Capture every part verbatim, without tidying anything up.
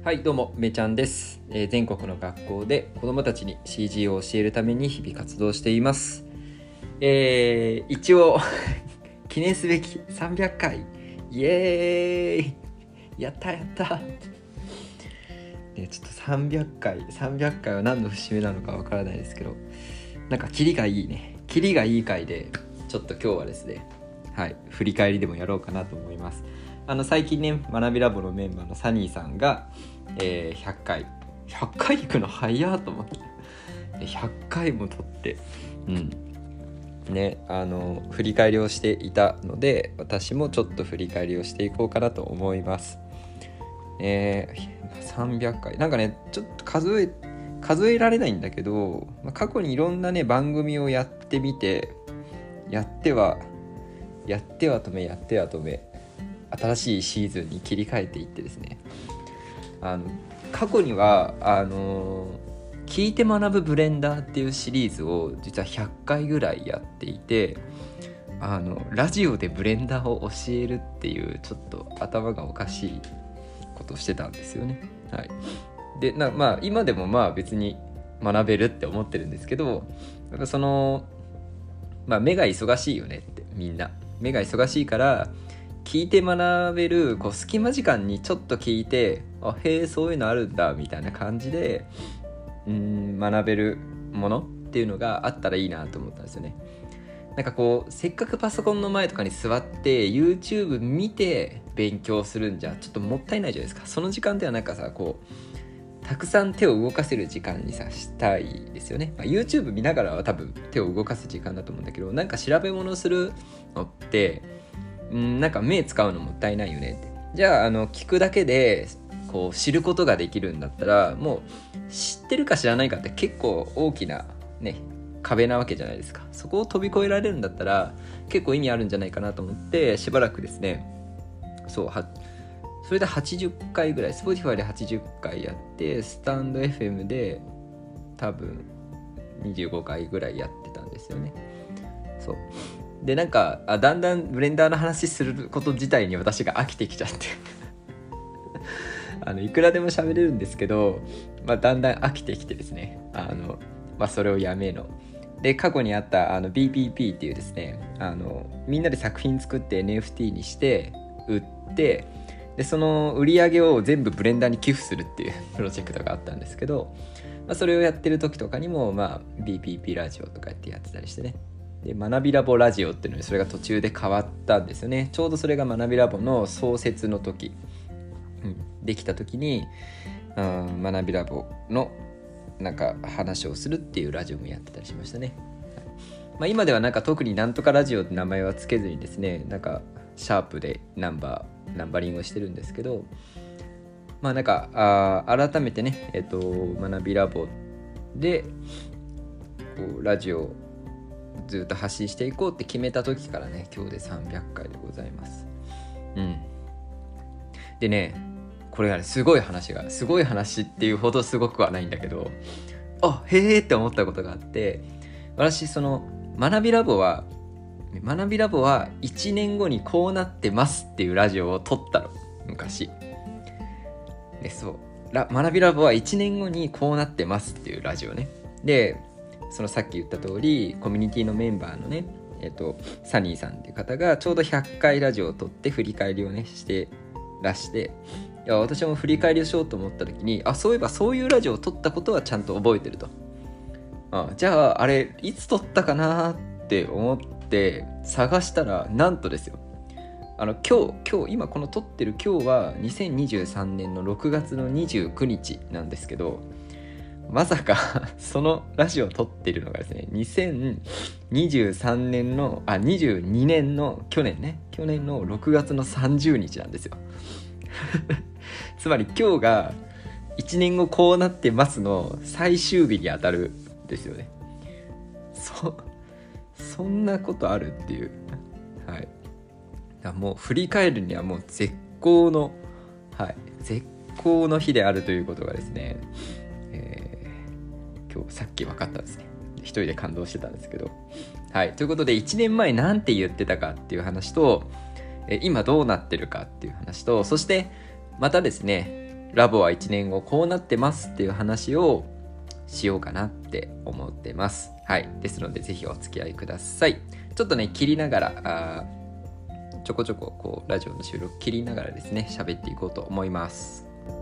はい、どうもめちゃんです、えー、全国の学校で子どもたちに シージー を教えるために日々活動しています。えー、一応記念すべきさんびゃっかい、イエーイ、やったやった、ね、ちょっとさんびゃっかいさんびゃっかいは何の節目なのかわからないですけど、なんかキリがいいねキリがいい回で、ちょっと今日はですね、はい、振り返りでもやろうかなと思います。あの最近ね、学びラボのメンバーのサニーさんが、えー、ひゃっかいひゃっかい行くの早いと思ってひゃっかいも撮ってうんね、あの振り返りをしていたので、私もちょっと振り返りをしていこうかなと思います。えー、さんびゃっかいなんかね、ちょっと数え数えられないんだけど、過去にいろんなね番組をやってみて、やってはやっては止めやっては止め新しいシーズンに切り替えていってですね、あの過去にはあの聞いて学ぶブレンダーっていうシリーズを実はひゃっかいぐらいやっていて、あのラジオでブレンダーを教えるっていうちょっと頭がおかしいことをしてたんですよね。はい、でなまあ今でもまあ別に学べるって思ってるんですけど、やっぱそのまあ目が忙しいよねって、みんな目が忙しいから聞いて学べるこう隙間時間にちょっと聞いて、あへえそういうのあるんだみたいな感じでうーん学べるものっていうのがあったらいいなと思ったんですよね。なんかこうせっかくパソコンの前とかに座って YouTube 見て勉強するんじゃちょっともったいないじゃないですか。その時間ではなんかさ、こうたくさん手を動かせる時間にさしたいですよね。まあ、YouTube 見ながらは多分手を動かす時間だと思うんだけど、なんか調べ物するのってんなんか目使うのもったいないよねって。じゃあ、あの聞くだけでこう知ることができるんだったら、もう知ってるか知らないかって結構大きなね壁なわけじゃないですか。そこを飛び越えられるんだったら結構意味あるんじゃないかなと思って、しばらくですね、そうはそれではちじゅっかいぐらい Spotify ではちじゅっかいやって、スタンド エフエム で多分にじゅうごかいぐらいやってたんですよね。そうでなんかあだんだんブレンダーの話すること自体に私が飽きてきちゃってあのいくらでも喋れるんですけど、まあ、だんだん飽きてきてですね、あの、まあ、それをやめので過去にあったあの ビーピーピー っていうですね、あのみんなで作品作って エヌエフティー にして売って、でその売り上げを全部ブレンダーに寄付するっていうプロジェクトがあったんですけど、まあ、それをやってる時とかにも、まあ、ビーピーピー ラジオとかやってやってたりしてね。で学びラボラジオっていうのにそれが途中で変わったんですよね。ちょうどそれが学びラボの創設の時、うん、できた時に、うん、学びラボのなんか話をするっていうラジオもやってたりしましたね。まあ、今ではなんか特になんとかラジオって名前はつけずにですね、なんかシャープでナンバーナンバリングをしてるんですけど、まあなんかあ改めてね、えっと学びラボでこうラジオをずっと発信していこうって決めた時からね、今日でさんびゃっかいでございます。うんでね、これがねすごい話がすごい話っていうほどすごくはないんだけど、あへーって思ったことがあって、私その学びラボは学びラボはいちねんごにこうなってますっていうラジオを撮ったの、昔で。そうラ学びラボはいちねんごにこうなってますっていうラジオね。でそのさっき言った通りコミュニティのメンバーのね、えっと、サニーさんっていう方がちょうどひゃっかいラジオを撮って振り返りをねしてらして、いや私も振り返りをしようと思った時に、あそういえばそういうラジオを撮ったことはちゃんと覚えてると。あじゃああれいつ撮ったかなって思って探したら、なんとですよ、あの今日今日今この撮ってる今日はにせんにじゅうさんねんのろくがつのにじゅうくにちなんですけど、まさかそのラジオを撮ってるのがですね、にせんにじゅうさんねんのあにじゅうにねんの去年ね去年のろくがつのさんじゅうにちなんですよつまり今日がいちねんごこうなってますの最終日に当たるんですよね。そそんなことあるっていう、はい、もう振り返るにはもう絶好の、はい、絶好の日であるということがですね、えー今日さっき分かったんですね。一人で感動してたんですけど、はい、ということでいちねんまえなんて言ってたかっていう話と、え今どうなってるかっていう話と、そしてまたですねラボはいちねんごこうなってますっていう話をしようかなって思ってます。はい。ですのでぜひお付き合いください。ちょっとね切りながらあちょこちょここうラジオの収録切りながらですね喋っていこうと思います。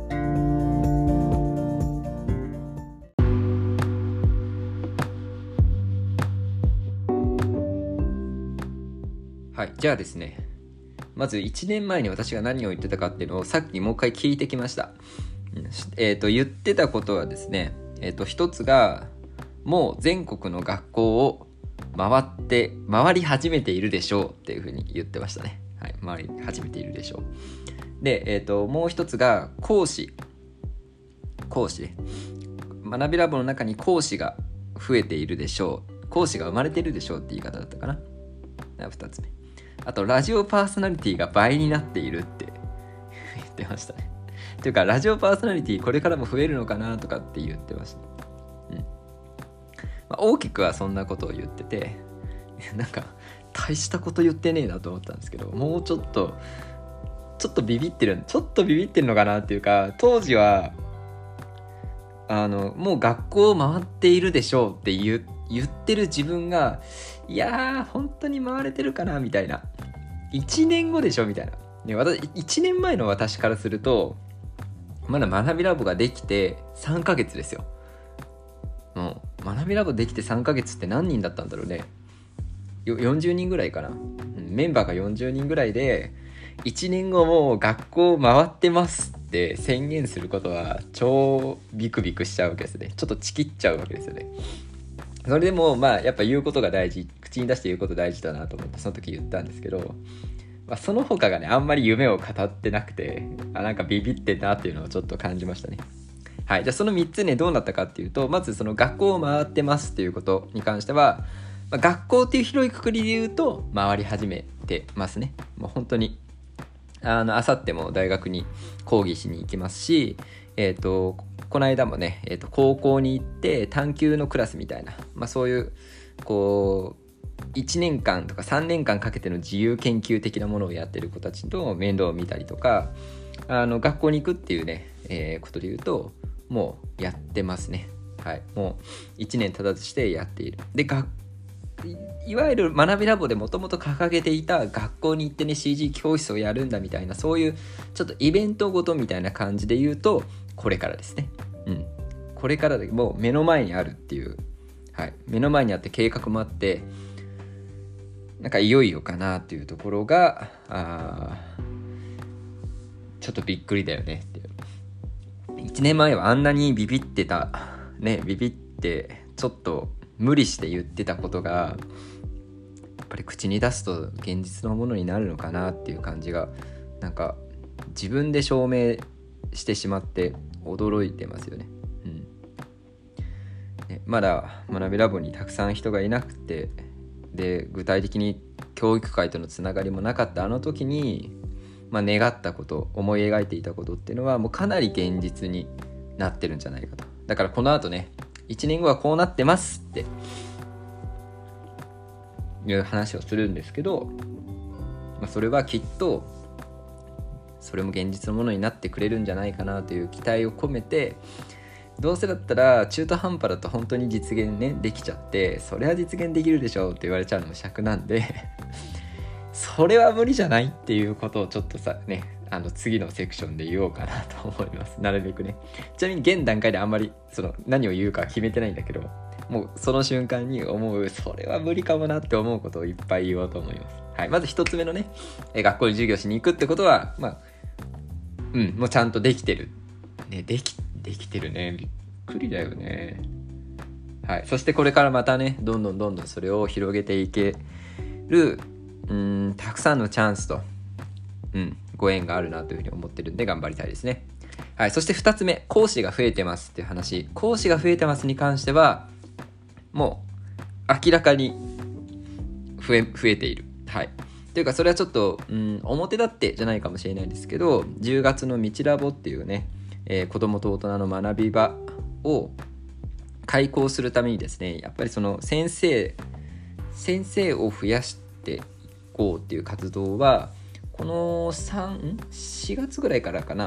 はい。じゃあですね、まずいちねんまえに私が何を言ってたかっていうのをさっきもう一回聞いてきました。えーと言ってたことはですね、えーと一つがもう全国の学校を回って回り始めているでしょうっていうふうに言ってましたね。はい、回り始めているでしょう。で、えーともう一つが講師講師ね、学びラボの中に講師が増えているでしょう、講師が生まれているでしょうって言い方だったかな。ふたつめ、あとラジオパーソナリティが倍になっているって言ってましたね。というかラジオパーソナリティこれからも増えるのかなとかって言ってました、うんまあ、大きくはそんなことを言ってて、なんか大したこと言ってねえなと思ったんですけど、もうちょっとちょっとビビってるちょっとビビってるのかなっていうか、当時はあのもう学校を回っているでしょうって言って言ってる自分が、いやー本当に回れてるかなみたいな、いちねんごでしょみたいな、ね、私いちねんまえの私からするとまだ学びラボができてさんかげつですよ。もう学びラボできてさんかげつって何人だったんだろうね。よんじゅうにんぐらいかな。メンバーがよんじゅうにんぐらいでいちねんごもう学校回ってますって宣言することは超ビクビクしちゃうわけですね。ちょっとチキっちゃうわけですよね。それでもまあやっぱ言うことが大事、口に出して言うこと大事だなと思ってその時言ったんですけど、まあ、その他がねあんまり夢を語ってなくて、あなんかビビってんなっていうのをちょっと感じましたね。はい、じゃあそのみっつねどうなったかっていうと、まずその学校を回ってますっていうことに関しては、まあ、学校っていう広い括りで言うと回り始めてますね。もう本当にあの明後日も大学に講義しに行きますし、えっとこの間もね、えー、と高校に行って探究のクラスみたいな、まあ、そういうこういちねんかんとかさんねんかんかけての自由研究的なものをやってる子たちと面倒を見たりとか、あの学校に行くっていうね、えー、ことで言うともうやってますね。はい、もういちねん経たずしてやっている。でがいわゆる学びラボでもともと掲げていた学校に行ってね シージー 教室をやるんだみたいな、そういうちょっとイベントごとみたいな感じで言うとこれからですね。うん、これからでもう目の前にあるっていう、はい、目の前にあって計画もあって、なんかいよいよかなっていうところがあちょっとびっくりだよねっていう。いちねんまえはあんなにビビってたね、ビビってちょっと無理して言ってたことがやっぱり口に出すと現実のものになるのかなっていう感じが、なんか自分で証明してしまって驚いてますよね。うん、ねまだ学びラボにたくさん人がいなくて、で具体的に教育界とのつながりもなかったあの時に、まあ、願ったこと、思い描いていたことっていうのはもうかなり現実になってるんじゃないかと。だからこの後ねいちねんごはこうなってますっていう話をするんですけど、まあ、それはきっとそれも現実のものになってくれるんじゃないかなという期待を込めて、どうせだったら中途半端だと本当に実現ねできちゃって、それは実現できるでしょうって言われちゃうのも尺なんでそれは無理じゃないっていうことをちょっとさね、あの次のセクションで言おうかなと思います。なるべくね。ちなみに現段階であんまりその何を言うか決めてないんだけど、もうその瞬間に思うそれは無理かもなって思うことをいっぱい言おうと思います。はい、まず一つ目のね、え学校に授業しに行くってことはまあうんもうちゃんとできてるね、できできてるね、びっくりだよね。はい、そしてこれからまたねどんどんどんどんそれを広げていけるうーんたくさんのチャンスと、うん、ご縁があるなというふうに思ってるんで頑張りたいですね。はい、そしてふたつめ、講師が増えてますっていう話。講師が増えてますに関してはもう明らかに増え、増えている。はい。というかそれはちょっと、うん、表立ってじゃないかもしれないですけど、じゅうがつの道ラボっていうね、えー、子どもと大人の学び場を開講するためにですね、やっぱりその先生先生を増やしていこうっていう活動はこのさん、しがつぐらいからかな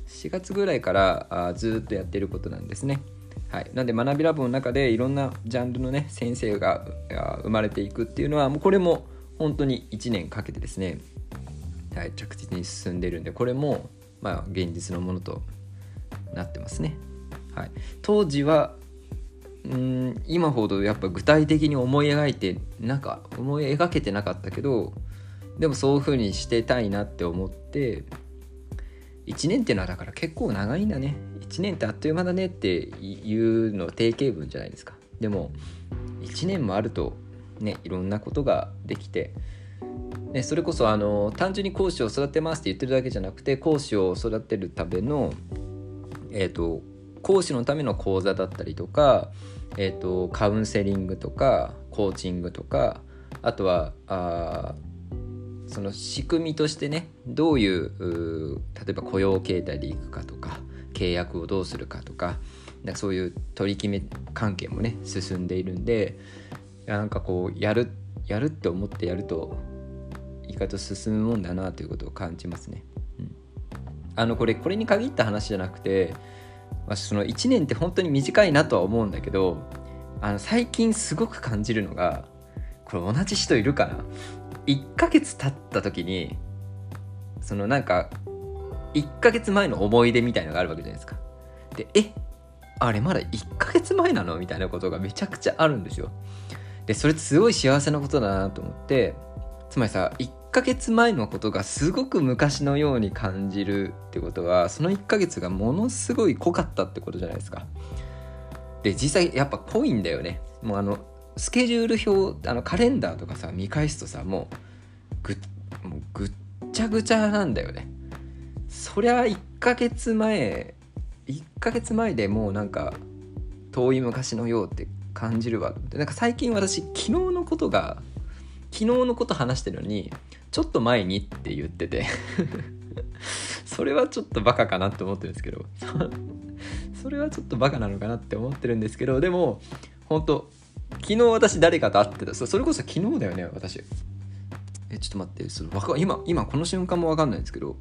しがつぐらいからあずっとやってることなんですね。はい、なんで学びラボの中でいろんなジャンルのね先生が生まれていくっていうのはもうこれも本当にいちねんかけてですね、はい、着実に進んでいるんで、これもまあ現実のものとなってますね。はい、当時はうーん今ほどやっぱ具体的に思い描いてなんか思い描けてなかったけど、でもそういう風にしてたいなって思って、いちねんっていうのはだから結構長いんだね。いちねんってあっという間だねっていうの定型文じゃないですか。でもいちねんもあるとね、いろんなことができて、ね、それこそあの単純に講師を育てますって言ってるだけじゃなくて、講師を育てるための、えーと、講師のための講座だったりとか、えーと、カウンセリングとかコーチングとか、あとはあその仕組みとしてね、どういう、う例えば雇用形態でいくかとか、契約をどうするかとか、なんかそういう取り決め関係もね進んでいるんで、なんかこうやるやるって思ってやると意外と進むもんだなということを感じますね。うん、あのこれこれに限った話じゃなくて、まあ、そのいちねんって本当に短いなとは思うんだけど、あの最近すごく感じるのが、これ同じ人いるかな。いっかげつ経った時にそのなんかいっかげつまえの思い出みたいなのがあるわけじゃないですか。で、えあれまだいっかげつまえなのみたいなことがめちゃくちゃあるんですよ。でそれってすごい幸せなことだなと思って、つまりさいっかげつまえのことがすごく昔のように感じるってことは、そのいっかげつがものすごい濃かったってことじゃないですか。で実際やっぱ濃いんだよね。もうあのスケジュール表、あのカレンダーとかさ見返すとさ、もう ぐ, もうぐっちゃぐちゃなんだよね。そりゃいっかげつまえいっかげつまえでもうなんか遠い昔のようって感じるわ。なんか最近私昨日のことが昨日のこと話してるのにちょっと前にって言っててそれはちょっとバカかなって思ってるんですけどそれはちょっとバカなのかなって思ってるんですけど、でも本当昨日私誰かと会ってた。それこそ昨日だよね私。えちょっと待って、それわか今今この瞬間も分かんないんですけど、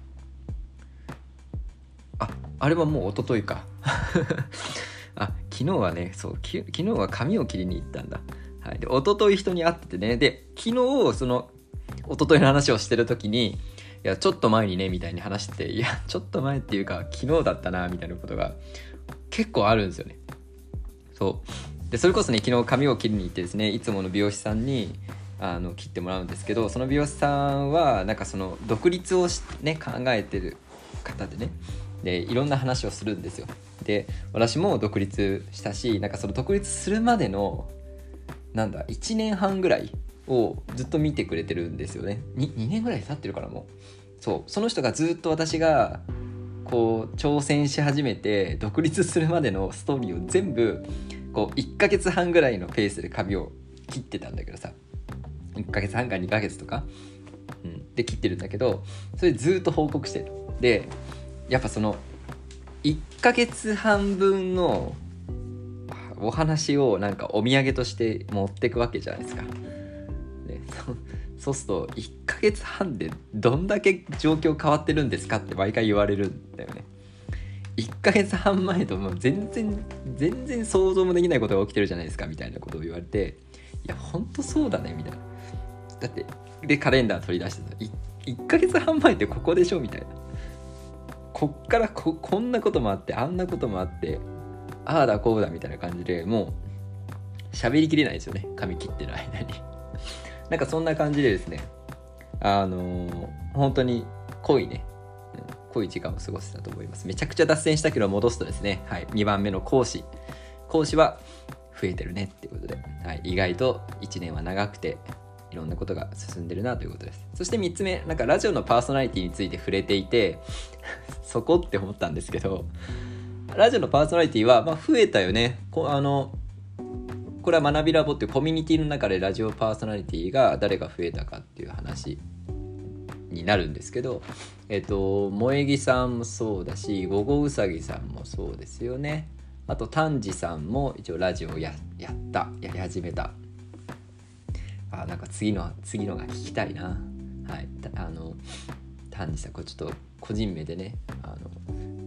ああれはもう一昨日かあ昨日はね、そうき昨日は髪を切りに行ったんだ。はい、で一昨日人に会っててね、で昨日その一昨日の話をしてる時に、いやちょっと前にねみたいに話してて、いやちょっと前っていうか昨日だったなみたいなことが結構あるんですよね。そうでそれこそね、昨日髪を切りに行ってですね、いつもの美容師さんにあの切ってもらうんですけど、その美容師さんはなんかその独立をし、ね、考えてる方でね、でいろんな話をするんですよ。で私も独立したし、なんかその独立するまでのなんだいちねんはんぐらいをずっと見てくれてるんですよね。 に, にねんぐらい経ってるからもう。そうその人がずっと私がこう挑戦し始めて独立するまでのストーリーを全部こういっかげつはんぐらいのペースで髪を切ってたんだけどさ、いっかげつはんかにかげつとか、うん、で切ってるんだけど、それずっと報告してる。でやっぱそのいっかげつはんぶんのお話をなんかお土産として持ってくわけじゃないですか。で そ, そうするといっかげつはんでどんだけ状況変わってるんですかって毎回言われるんだよね。いっかげつはんまえともう全然全然想像もできないことが起きてるじゃないですかみたいなことを言われて、いやほんとそうだねみたいな。だってでカレンダー取り出してさ い, いっかげつはんまえってここでしょみたいな。こっから こ, こんなこともあってあんなこともあってああだこうだみたいな感じで、もう喋りきれないですよね、髪切ってる間になんかそんな感じでですね、あのー、本当に濃いね、うん、濃い時間を過ごせたと思います。めちゃくちゃ脱線したけど戻すとですね、はい、にばんめの講師講師は増えてるねっていうことで、はい、意外といちねんは長くていろんなことが進んでるなということです。そしてみっつめ、なんかラジオのパーソナリティについて触れていてそこって思ったんですけど、ラジオのパーソナリティは、まあ、増えたよね。こあのこれは学びラボっていうコミュニティの中でラジオパーソナリティが誰が増えたかっていう話になるんですけど、えっと萌木さんもそうだし、ゴゴウサギさんもそうですよね。あと丹治さんも一応ラジオややったやり始めた。あ、なんか次の次のが聞きたいな。はい、あの丹治さん、これちょっと個人名でね、あの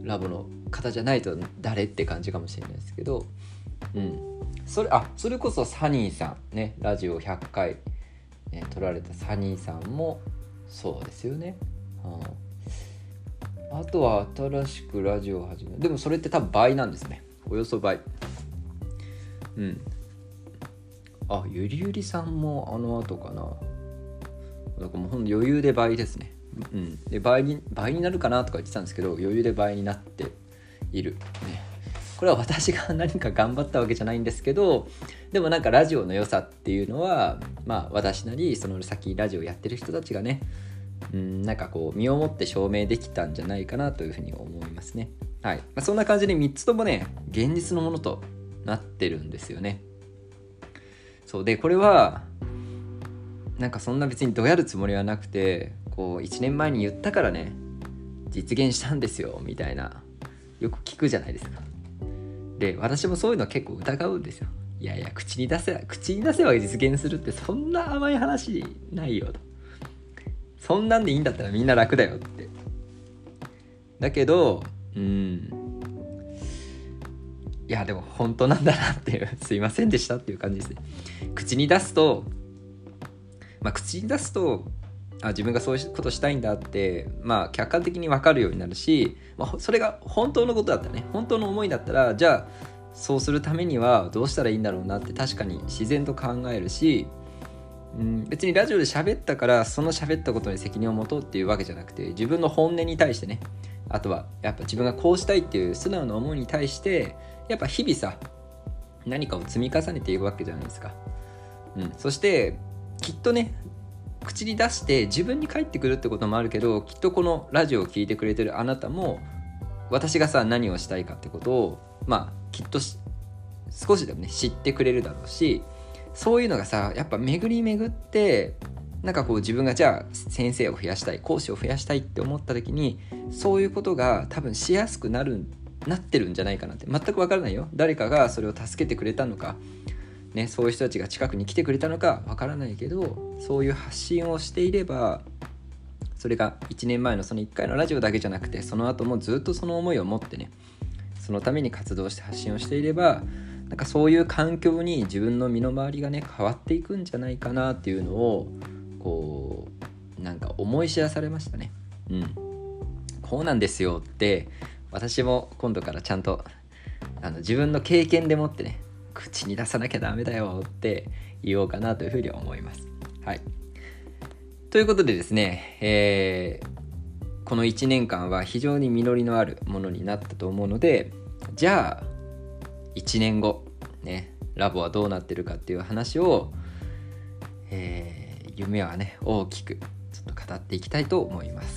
ラボの方じゃないと誰って感じかもしれないですけど、うん、それあそれこそサニーさんね、ラジオひゃっかい、ね、撮られたサニーさんもそうですよね、うん、あとは新しくラジオを始める、でもそれって多分倍なんですね、およそ倍。うん、あゆりゆりさんもあの後かな、なんかもうほんと余裕で倍ですね。うん、で倍に倍になるかなとか言ってたんですけど、余裕で倍になっている、ね、これは私が何か頑張ったわけじゃないんですけど、でもなんかラジオの良さっていうのは、まあ私なりその先ラジオやってる人たちがね、うん、なんかこう身をもって証明できたんじゃないかなというふうに思いますね。はい、まあ、そんな感じでみっつともね現実のものとなってるんですよね。そうで、これはなんかそんな別にどやるつもりはなくて、こういちねんまえに言ったからね実現したんですよみたいな、よく聞くじゃないですか。で私もそういうの結構疑うんですよ。いやいや口に出せ口に出せば実現するってそんな甘い話ないよと、そんなんでいいんだったらみんな楽だよって。だけどうーんいやでも本当なんだなっていうすいませんでしたっていう感じですね。口に出すとまあ口に出すとあ自分がそういうことしたいんだってまあ客観的に分かるようになるし、まあ、それが本当のことだったらね、本当の思いだったら、じゃあそうするためにはどうしたらいいんだろうなって確かに自然と考えるし、うん、別にラジオで喋ったからその喋ったことに責任を持とうっていうわけじゃなくて、自分の本音に対してね、あとはやっぱ自分がこうしたいっていう素直な思いに対してやっぱ日々さ何かを積み重ねていくわけじゃないですか、うん、そしてきっとね口に出して自分に返ってくるってこともあるけど、きっとこのラジオを聞いてくれてるあなたも私がさ何をしたいかってことをまあきっと少しでもね知ってくれるだろうし、そういうのがさやっぱ巡り巡ってなんかこう自分がじゃあ先生を増やしたい、講師を増やしたいって思った時にそういうことが多分しやすくなるなってるんじゃないかなって。全く分からないよ、誰かがそれを助けてくれたのかね、そういう人たちが近くに来てくれたのかわからないけど、そういう発信をしていれば、それがいちねんまえのそのいっかいのラジオだけじゃなくてその後もずっとその思いを持ってね、そのために活動して発信をしていれば、なんかそういう環境に自分の身の回りがね変わっていくんじゃないかなっていうのをこうなんか思い知らされましたね。うん、こうなんですよって私も今度からちゃんとあの自分の経験でもってね口に出さなきゃダメだよって言おうかなというふうに思います。はい。ということでですね、えー、このいちねんかんは非常に実りのあるものになったと思うので、じゃあいちねんごねラボはどうなってるかっていう話を、えー、夢はね大きくちょっと語っていきたいと思います。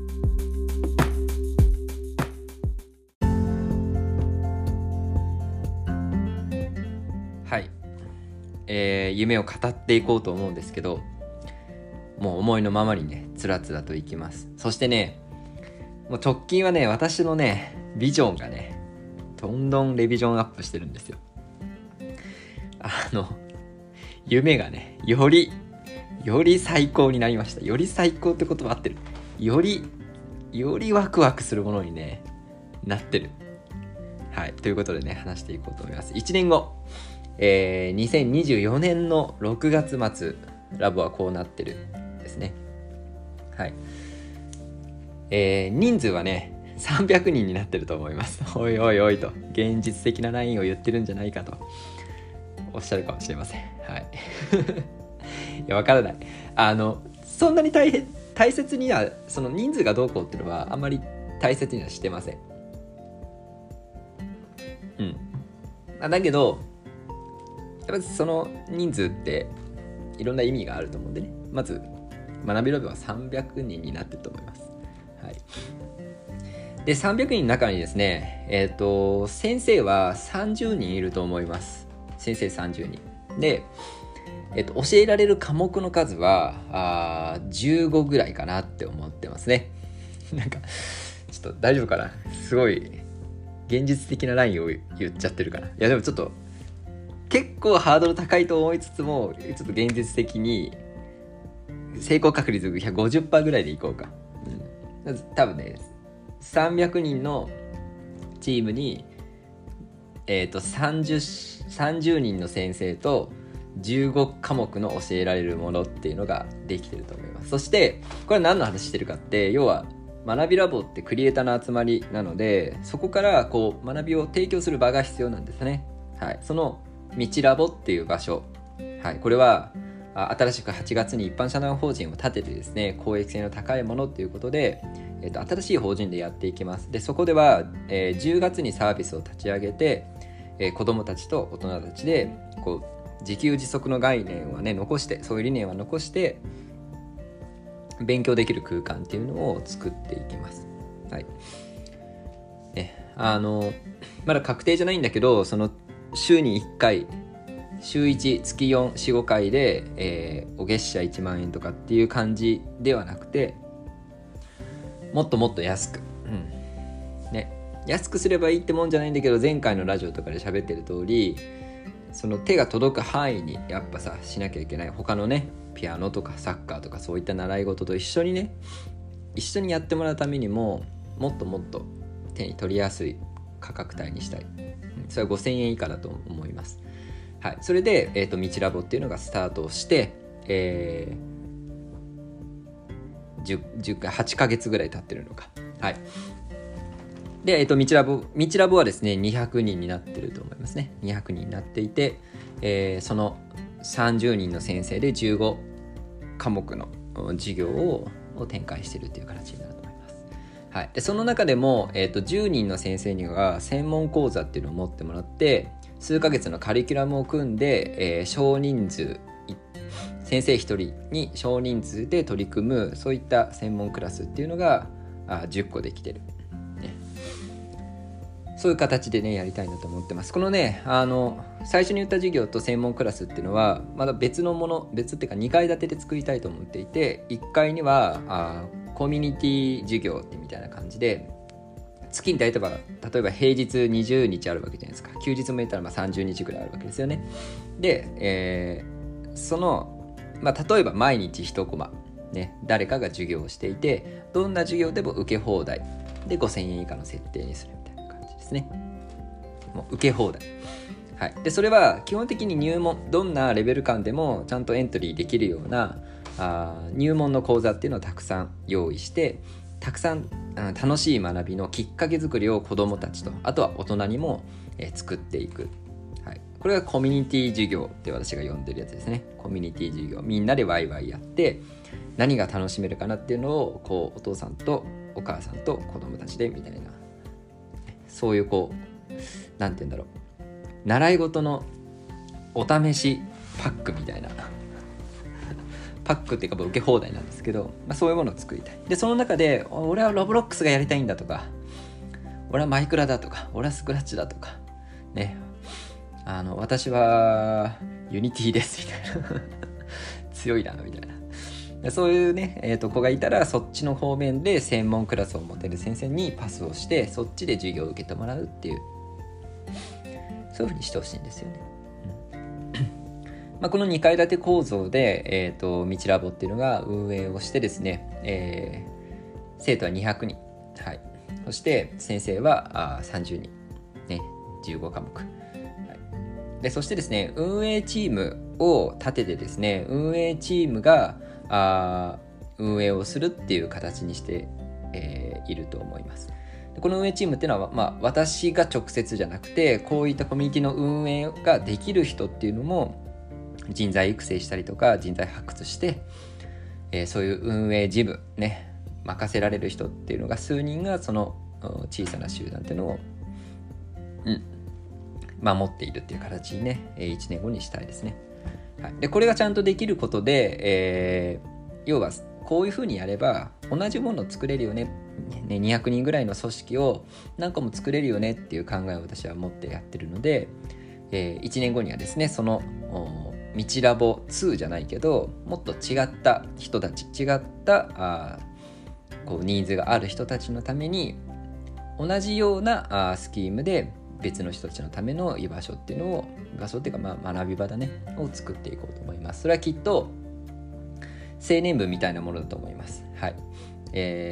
はい、えー、夢を語っていこうと思うんですけど、もう思いのままにねつらつらといきます。そしてねもう直近はね私のねビジョンがねどんどんレビジョンアップしてるんですよ。あの夢がねよりより最高になりました。より最高って言葉合ってる。よりよりワクワクするものにねなってる。はい、ということでね話していこうと思います。いちねんご、えー、にせんにじゅうよねんのろくがつ末ラボはこうなってるですね。はい、えー、人数はねさんびゃくにんになってると思います。おいおいおいと現実的なラインを言ってるんじゃないかとおっしゃるかもしれません。はいいやわからない。あのそんなに大変大切にはその人数がどうこうっていうのはあんまり大切にはしてません。うん。だけどやっぱその人数っていろんな意味があると思うんでね。まず学びラボはさんびゃくにんになってると思います。はい。でさんびゃくにんの中にですね、えっと先生はさんじゅうにんいると思います。先生さんじゅうにんで。えっと、教えられる科目の数はあじゅうごぐらいかなって思ってますね。なんかちょっと大丈夫かな、すごい現実的なラインを言っちゃってるかな。いやでもちょっと結構ハードル高いと思いつつもちょっと現実的に成功確率 ごじゅっパーセント ぐらいでいこうか、うん、多分ねさんびゃくにんのチームに、えー、と 30, さんじゅうにんの先生とじゅうごかもくの教えられるものっていうのができてると思います。そしてこれは何の話してるかって、要は学びラボってクリエイターの集まりなので、そこからこう学びを提供する場が必要なんですね。はい、その道ラボっていう場所、はい、これは新しくはちがつに一般社団法人を立ててですね、公益性の高いものっていうことで、えー、と新しい法人でやっていきます。でそこでは、えー、じゅうがつにサービスを立ち上げて、えー、子どもたちと大人たちでこう自給自足の概念はね残して、そういう理念は残して勉強できる空間っていうのを作っていきます。はい。ね、あのまだ確定じゃないんだけど、その週にいっかい、週いち、月よん、よん、ごかいで、えー、お月謝いちまんえんとかっていう感じではなくて、もっともっと安く、うんね、安くすればいいってもんじゃないんだけど、前回のラジオとかで喋ってる通り、その手が届く範囲にやっぱさしなきゃいけない。他のねピアノとかサッカーとかそういった習い事と一緒にね一緒にやってもらうためにも、もっともっと手に取りやすい価格帯にしたい。それはごせんえん以下だと思います。はい、それで、えーと、道ラボっていうのがスタートをして、えー、じゅう、じゅうはちかげつぐらい経ってるのか。はい。で、えーと、道ラボ、道ラボはですねにひゃくにんになってると思いますね。にひゃくにんになっていて、えー、そのさんじゅうにんの先生でじゅうごかもくの授業を展開しているという形になると思います。はい、でその中でも、えーと、じゅうにんの先生には専門講座っていうのを持ってもらって、数ヶ月のカリキュラムを組んで、えー、少人数、先生ひとりに少人数で取り組む、そういった専門クラスっていうのがあじゅっこできてる、ね、そういう形でねやりたいなと思ってます。このねあの最初に言った授業と専門クラスっていうのはまだ別のもの、別っていうかにかい建てで作りたいと思っていて、いっかいにはあコミュニティ授業ってみたいな感じで、月に例えば例えば平日にじゅうにちあるわけじゃないですか。休日も言ったらまあさんじゅうにちぐらいあるわけですよね。で、えー、その、まあ、例えば毎日いちコマ、ね、誰かが授業をしていて、どんな授業でも受け放題でごせんえん以下の設定にするみたいな感じですね。もう受け放題。はい、でそれは基本的に入門、どんなレベル感でもちゃんとエントリーできるようなあ入門の講座っていうのをたくさん用意して、たくさん楽しい学びのきっかけ作りを子どもたちと、あとは大人にも、えー、作っていく、はい、これがコミュニティ授業って私が呼んでるやつですね。コミュニティ授業、みんなでワイワイやって何が楽しめるかなっていうのをこうお父さんとお母さんと子どもたちでみたいな、そういうこうなんて言うんだろう、習い事のお試しパックみたいなパックっていうか受け放題なんですけど、まあ、そういうものを作りたい。でその中で俺はロブロックスがやりたいんだとか、俺はマイクラだとか、俺はスクラッチだとかね、あの私はユニティですみたいな強いなみたいな、そういうね、えー、と子がいたら、そっちの方面で専門クラスを持てる先生にパスをして、そっちで授業を受けてもらうっていう、そういう風にしてほしいんですよね。まあ、このにかい建て構造で、えーと、道ラボっていうのが運営をしてですね、えー、生徒はにひゃくにん、はい、そして先生はあさんじゅうにん、ね、じゅうごかもく、はい、でそしてですね、運営チームを立ててですね、運営チームがあ運営をするっていう形にして、えー、いると思います。この運営チームっていうのは、まあ、私が直接じゃなくて、こういったコミュニティの運営ができる人っていうのも人材育成したりとか人材発掘して、えー、そういう運営事務ね任せられる人っていうのが数人が、その小さな集団っていうのを、うん、守っているっていう形にねいちねんごにしたいですね。はい、でこれがちゃんとできることで、えー、要はこういうふうにやれば同じものを作れるよね、ねにひゃくにんぐらいの組織を何個も作れるよねっていう考えを私は持ってやってるので、えー、いちねんごにはですね、その道ラボツーじゃないけど、もっと違った人たち、違ったあこうニーズがある人たちのために、同じようなあスキームで別の人たちのための居場所っていうのを、居場所っていうかまあ学び場だねを作っていこうと思います。それはきっと青年部みたいなものだと思います。はい、えー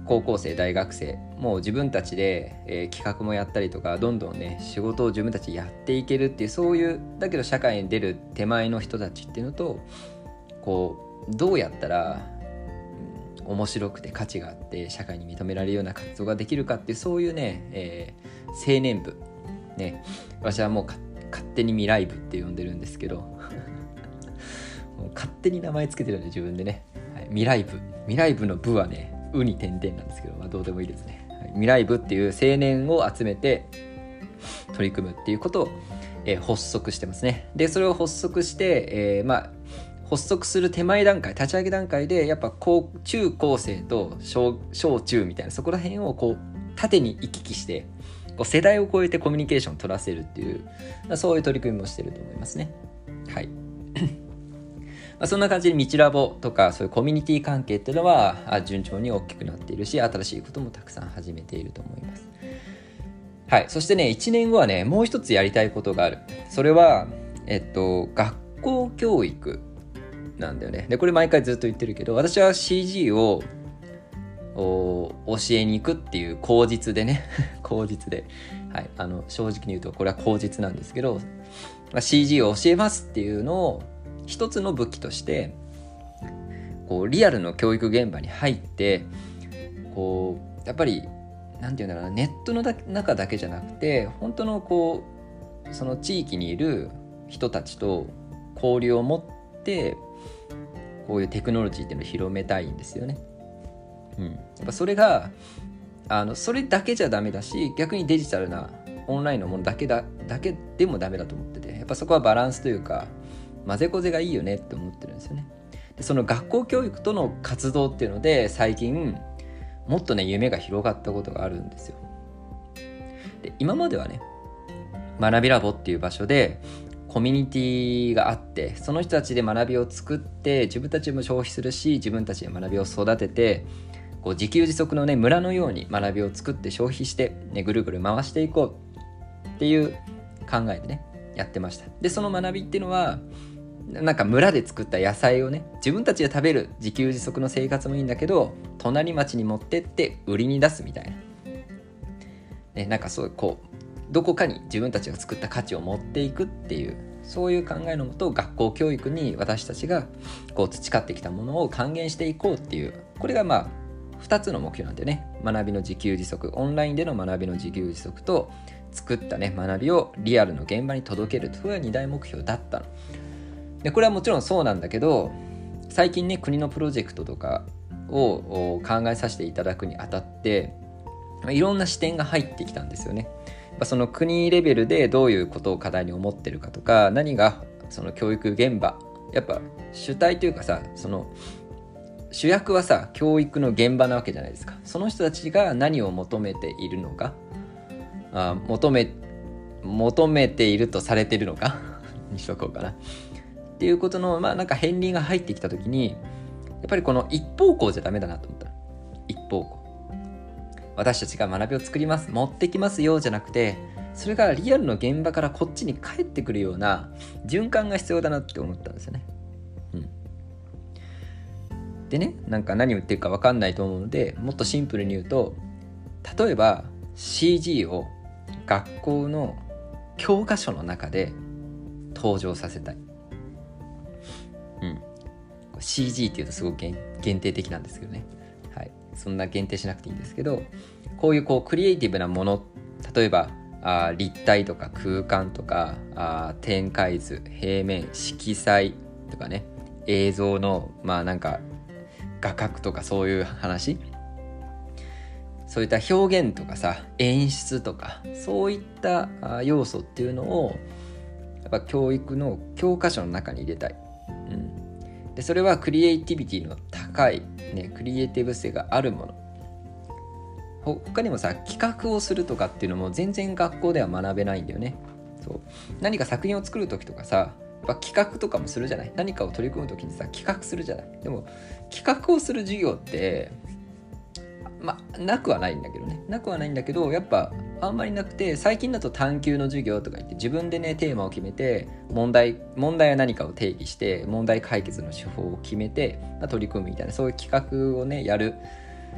高校生大学生もう自分たちで、えー、企画もやったりとかどんどんね仕事を自分たちでやっていけるっていうそういうだけど社会に出る手前の人たちっていうのとこうどうやったら、うん、面白くて価値があって社会に認められるような活動ができるかっていうそういうね、えー、青年部ね私はもう勝手に未来部って呼んでるんですけどもう勝手に名前つけてるんで自分でね、はい、未来部未来部の部はねうに点々なんですけど、まあ、どうでもいいですね、はい、未来部っていう青年を集めて取り組むっていうことを、えー、発足してますね。でそれを発足して、えー、まあ発足する手前段階立ち上げ段階でやっぱ高中高生と 小, 小中みたいなそこら辺をこう縦に行き来してこう世代を超えてコミュニケーションを取らせるっていうそういう取り組みもしてると思いますね。はいまあ、そんな感じで道ラボとかそういうコミュニティ関係っていうのは順調に大きくなっているし新しいこともたくさん始めていると思います。はい、そしてねいちねんごはねもう一つやりたいことがある。それはえっと学校教育なんだよね。でこれ毎回ずっと言ってるけど私は シージー を教えに行くっていう口実でね口実で、はい、あの正直に言うとこれは口実なんですけど、まあ、シージー を教えますっていうのを一つの武器としてこうリアルの教育現場に入ってこうやっぱりなんていうんだろうなネットの中だけじゃなくて本当のこうその地域にいる人たちと交流を持ってこういうテクノロジーっていうのを広めたいんですよね。うん、やっぱそれがあのそれだけじゃダメだし逆にデジタルなオンラインのものだけだだけでもダメだと思っててやっぱそこはバランスというか混ぜこぜがいいよねって思ってるんですよね。でその学校教育との活動っていうので最近もっとね夢が広がったことがあるんですよ。で今まではね学びラボっていう場所でコミュニティがあってその人たちで学びを作って自分たちも消費するし自分たちで学びを育ててこう自給自足のね村のように学びを作って消費して、ね、ぐるぐる回していこうっていう考えでねやってました。でその学びっていうのはなんか村で作った野菜をね自分たちで食べる自給自足の生活もいいんだけど隣町に持ってって売りに出すみたいな、ね、なんかそうこうどこかに自分たちが作った価値を持っていくっていうそういう考えのもと学校教育に私たちがこう培ってきたものを還元していこうっていうこれがまあふたつの目標なんでね学びの自給自足オンラインでの学びの自給自足と作ったね学びをリアルの現場に届けるというのがに大目標だったのでこれはもちろんそうなんだけど最近ね国のプロジェクトとかを考えさせていただくにあたっていろんな視点が入ってきたんですよね。その国レベルでどういうことを課題に思ってるかとか何がその教育現場やっぱ主体というかさその主役はさ教育の現場なわけじゃないですか。その人たちが何を求めているのかあ求め求めているとされているのかにしとこうかなっていうことのまあなんか片鱗が入ってきた時にやっぱりこの一方向じゃダメだなと思った。一方向私たちが学びを作ります持ってきますよじゃなくてそれがリアルの現場からこっちに返ってくるような循環が必要だなって思ったんですよね、うん、でねなんか何を言ってるか分かんないと思うのでもっとシンプルに言うと例えば シージー を学校の教科書の中で登場させたい、うん、シージー っていうとすごく限定的なんですけどねそんな限定しなくていいんですけどこういうこうクリエイティブなもの例えばあ立体とか空間とかあ展開図平面色彩とかね映像のまあなんか画角とかそういう話そういった表現とかさ演出とかそういった要素っていうのをやっぱ教育の教科書の中に入れたい、うんでそれはクリエイティビティの高い、ね、クリエイティブ性があるものほ他にもさ企画をするとかっていうのも全然学校では学べないんだよね。そう何か作品を作る時とかさやっぱ企画とかもするじゃない何かを取り組む時にさ企画するじゃないでも企画をする授業ってまあなくはないんだけどねなくはないんだけどやっぱあんまりなくて最近だと探究の授業とか言って自分でねテーマを決めて問題問題は何かを定義して問題解決の手法を決めて、まあ、取り組むみたいなそういう企画をねやる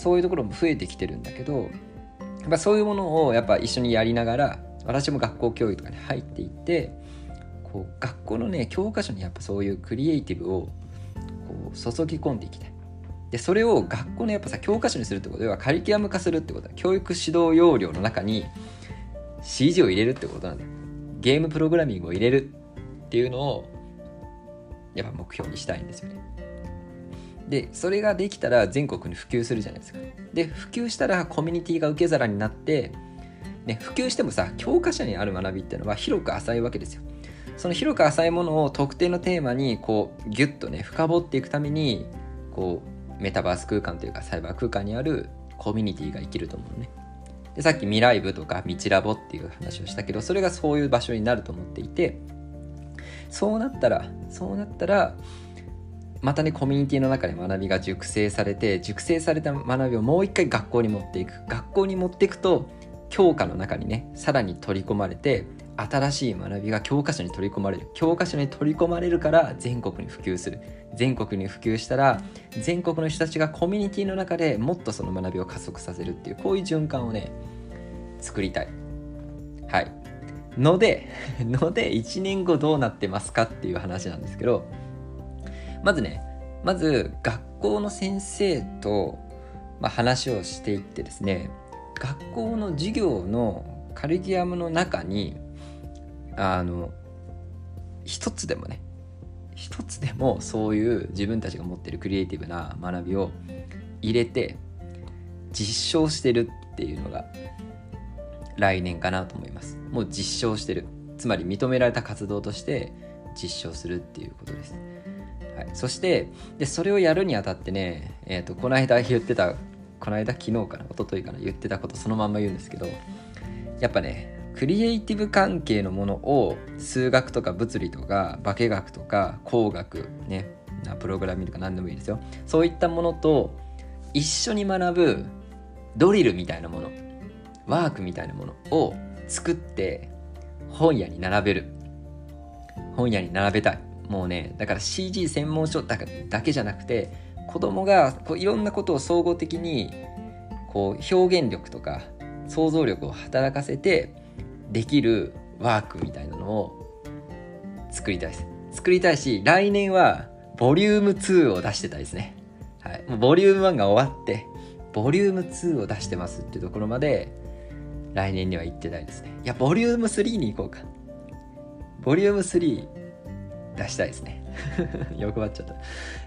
そういうところも増えてきてるんだけど、やっぱそういうものをやっぱ一緒にやりながら、私も学校教育とかに入っていって、こう学校のね教科書にやっぱそういうクリエイティブをこう注ぎ込んでいきたい。でそれを学校のやっぱさ教科書にするってことはカリキュラム化するってことは、教育指導要領の中に シージー を入れるってことなんだよ。ゲームプログラミングを入れるっていうのをやっぱ目標にしたいんですよね。でそれができたら全国に普及するじゃないですか。で普及したらコミュニティが受け皿になって、ね、普及してもさ教科書にある学びっていうのは広く浅いわけですよ。その広く浅いものを特定のテーマにこうギュッとね深掘っていくために、こうメタバース空間というかサイバー空間にあるコミュニティが生きると思うね。でさっき未来部とか未知ラボっていう話をしたけど、それがそういう場所になると思っていて、そうなったらそうなったらまたねコミュニティの中で学びが熟成されて、熟成された学びをもう一回学校に持っていく。学校に持っていくと教科の中にねさらに取り込まれて、新しい学びが教科書に取り込まれる。教科書に取り込まれるから全国に普及する。全国に普及したら全国の人たちがコミュニティの中でもっとその学びを加速させるっていう、こういう循環をね作りたい。はいのでのでいちねんごどうなってますかっていう話なんですけど、まずねまず学校の先生と、まあ、話をしていってですね、学校の授業のカリキュラムの中にあの一つでもね一つでもそういう自分たちが持っているクリエイティブな学びを入れて実証してるっていうのが来年かなと思います。もう実証してる、つまり認められた活動として実証するっていうことです。はい、そしてでそれをやるにあたってね、えーと、この間言ってたこの間昨日かな一昨日かな言ってたことそのまんま言うんですけど、やっぱねクリエイティブ関係のものを数学とか物理とか化学とか工学ね、プログラミングとか何でもいいですよ。そういったものと一緒に学ぶドリルみたいなもの、ワークみたいなものを作って本屋に並べる。本屋に並べたい。もうねだから シージー 専門書だけ、だけじゃなくて、子供がこういろんなことを総合的にこう表現力とか想像力を働かせてできるワークみたいなのを作りたいです。作りたいし、来年はボリュームツーを出してたいですね。はい、もうボリュームワンが終わってボリュームツーを出してますっていうところまで来年には行ってたいですね。いやボリュームスリーに行こうか。ボリュームスリー出したいですね。欲張っちゃった。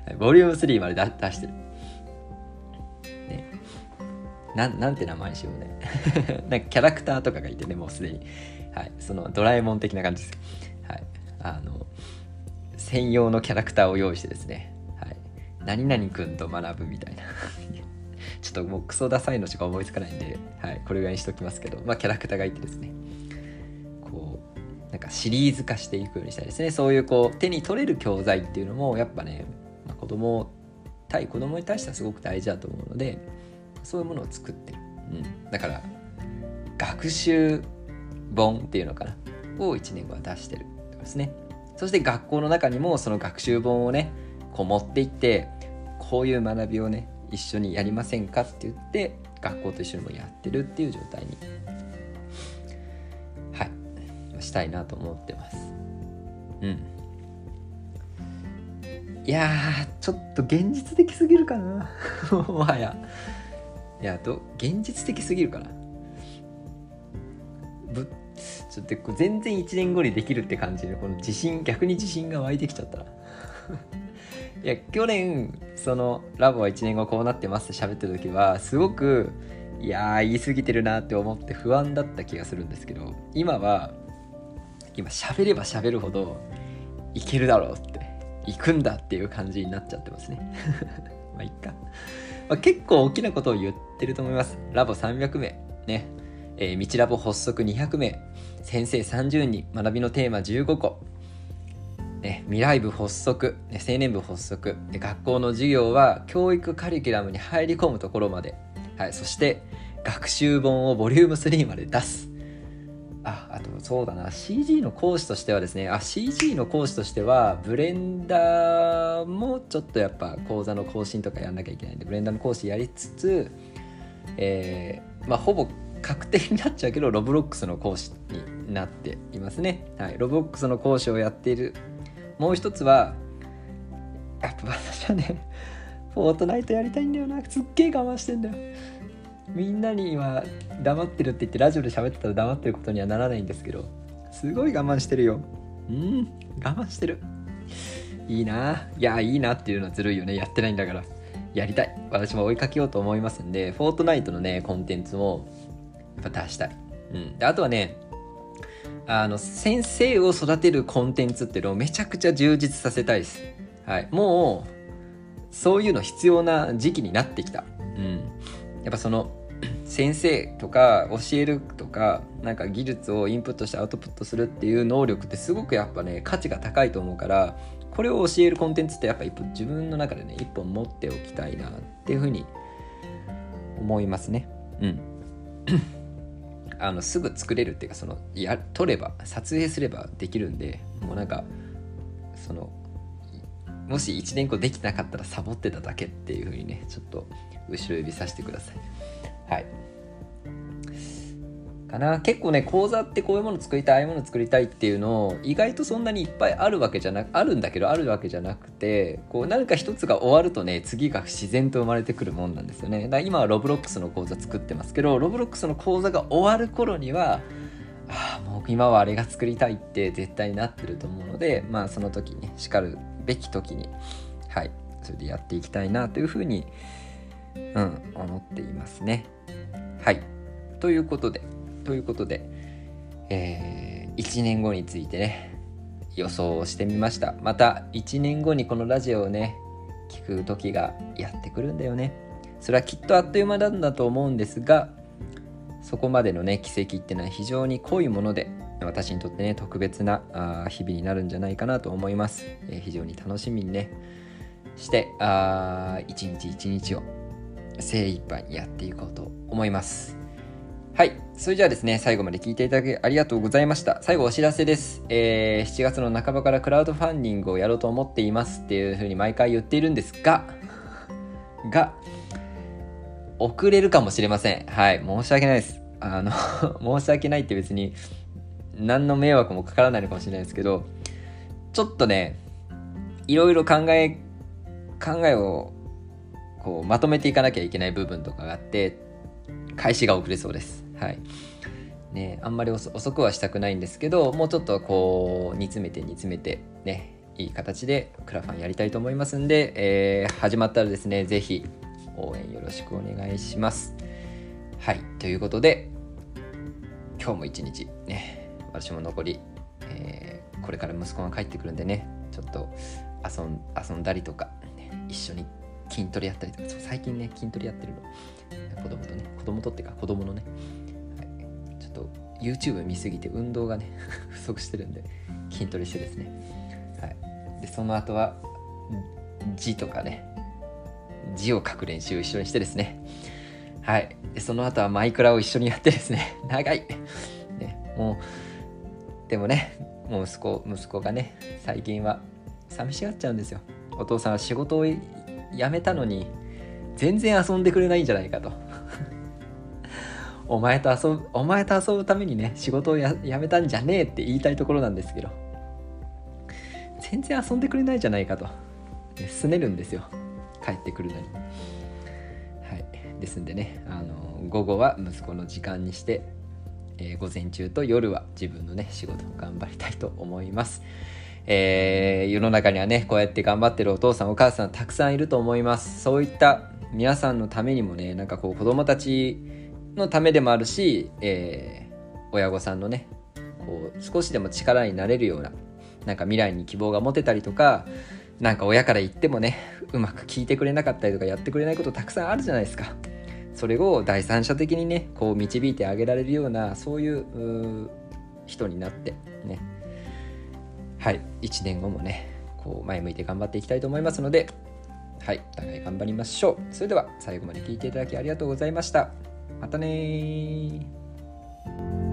ボリュームスリーまで出してる。ね、な, なんて名前にしようね。なんかキャラクターとかがいてね、もうすでに。はい、そのドラえもん的な感じです。はい、あの専用のキャラクターを用意してですね。はい、何々くんと学ぶみたいな。ちょっともうクソダサいのしか思いつかないんで、はい、これぐらいにしときますけど、まあキャラクターがいてですね。こうなんかシリーズ化していくようにしたいですね。そういうこう手に取れる教材っていうのもやっぱね、まあ、子供対子供に対してはすごく大事だと思うので、そういうものを作ってる、うん、だから学習本っていうのかなをいちねんごは出してるってことですね。そして学校の中にもその学習本をねこう持っていって、こういう学びをね一緒にやりませんかって言って学校と一緒にもやってるっていう状態にはいしたいなと思ってます。うん。いやーちょっと現実的すぎるかな。もはやいやと現実的すぎるかな。ぶちょっと全然いちねんごにできるって感じで、この自信逆に自信が湧いてきちゃったな。いや去年そのラボはいちねんごこうなってますって喋ってる時はすごくいやー言い過ぎてるなって思って不安だった気がするんですけど、今は今喋れば喋るほどいけるだろうって行くんだっていう感じになっちゃってますね。まあいっか、まあ、結構大きなことを言ってると思います。ラボさんびゃくめいね、えー、道ラボ発足にひゃくめい、先生さんじゅうにん、学びのテーマじゅうごこ、ね、未来部発足、ね、青年部発足、学校の授業は教育カリキュラムに入り込むところまで、はい、そして学習本をボリュームスリーまで出す。あ、あとそうだな シージー の講師としてはですね、あ シージー の講師としてはブレンダーもちょっとやっぱ講座の更新とかやんなきゃいけないんで、ブレンダーの講師やりつつえー、まあほぼ確定になっちゃうけどロブロックスの講師になっていますね。はい、ロブロックスの講師をやっている。もう一つはやっぱ私はねフォートナイトやりたいんだよな。すっげえ我慢してんだよ。みんなに今黙ってるって言ってラジオで喋ってたら黙ってることにはならないんですけど、すごい我慢してるよ。うん我慢してる。いいな。いやいいなっていうのはずるいよね。やってないんだからやりたい。私も追いかけようと思いますんで、フォートナイトのねコンテンツもやっぱ出したい。うん、であとはね、あの先生を育てるコンテンツっていうのをめちゃくちゃ充実させたいです。はい、もうそういうの必要な時期になってきた。うん、やっぱその先生とか教えるとかなんか技術をインプットしてアウトプットするっていう能力ってすごくやっぱね価値が高いと思うから、これを教えるコンテンツってやっぱ一本自分の中でね一本持っておきたいなっていうふうに思いますね。うんあのすぐ作れるっていうか、そのや撮れば撮影すればできるんで、もうなんかそのもしいちねんごできなかったらサボってただけっていう風にねちょっと後ろ指さしてください。はいかな。結構ね講座ってこういうもの作りたいああいうもの作りたいっていうの意外とそんなにいっぱいあるわけじゃなくあるんだけどあるわけじゃなくて、こう何か一つが終わるとね次が自然と生まれてくるもんなんですよね。だから今はロブロックスの講座作ってますけど、ロブロックスの講座が終わる頃にはああもう今はあれが作りたいって絶対になってると思うので、まあその時にしかるべき時にはいそれでやっていきたいなというふうにうん思っていますね。はいということでということで、えー、いちねんごについてね予想をしてみました。またいちねんごにこのラジオをね聞く時がやってくるんだよね。それはきっとあっという間なんだと思うんですが、そこまでのね奇跡ってのは非常に濃いもので、私にとってね特別なあ日々になるんじゃないかなと思います。えー、非常に楽しみにねしてあ一日一日を精一杯やっていこうと思います。はい、それじゃあですね最後まで聞いていただきありがとうございました。最後お知らせです。えー、しちがつの半ばからクラウドファンディングをやろうと思っていますっていうふうに毎回言っているんですがが遅れるかもしれません。はい、申し訳ないです。あの申し訳ないって別に何の迷惑もかからないのかもしれないですけど、ちょっとねいろいろ考え考えをこうまとめていかなきゃいけない部分とかがあって開始が遅れそうです。はいね、あんまり遅くはしたくないんですけど、もうちょっとこう煮詰めて煮詰めてねいい形でクラファンやりたいと思いますんで、えー、始まったらですねぜひ応援よろしくお願いします。はいということで今日も一日ね私も残り、えー、これから息子が帰ってくるんでねちょっと遊ん、遊んだりとか、ね、一緒に筋トレやったりとか、そう最近ね筋トレやってるの子供とね子供とってか子供のね、はい、ちょっと YouTube 見すぎて運動がね不足してるんで筋トレしてですね、はい、でその後は字とかね字を書く練習を一緒にしてですね、はいでその後はマイクラを一緒にやってですね長い、ね、もうでもねもう息子息子がね最近は寂しがっちゃうんですよ。お父さんは仕事を辞めたのに全然遊んでくれないんじゃないかとお前と遊ぶお前と遊ぶためにね仕事をや辞めたんじゃねえって言いたいところなんですけど、全然遊んでくれないじゃないかと、ね、拗ねるんですよ帰ってくるのに。はいですんでねあの午後は息子の時間にして、えー、午前中と夜は自分のね仕事を頑張りたいと思います。えー、世の中にはねこうやって頑張ってるお父さんお母さんたくさんいると思います。そういった皆さんのためにもねなんかこう子供たちのためでもあるし、えー、親御さんのねこう少しでも力になれるようななんか未来に希望が持てたりとか、なんか親から言ってもねうまく聞いてくれなかったりとかやってくれないことたくさんあるじゃないですか。それを第三者的にねこう導いてあげられるようなそういう、う人になってね、はいいちねんごもねこう前向いて頑張っていきたいと思いますので、はいお互い頑張りましょう。それでは最後まで聞いていただきありがとうございました。またね。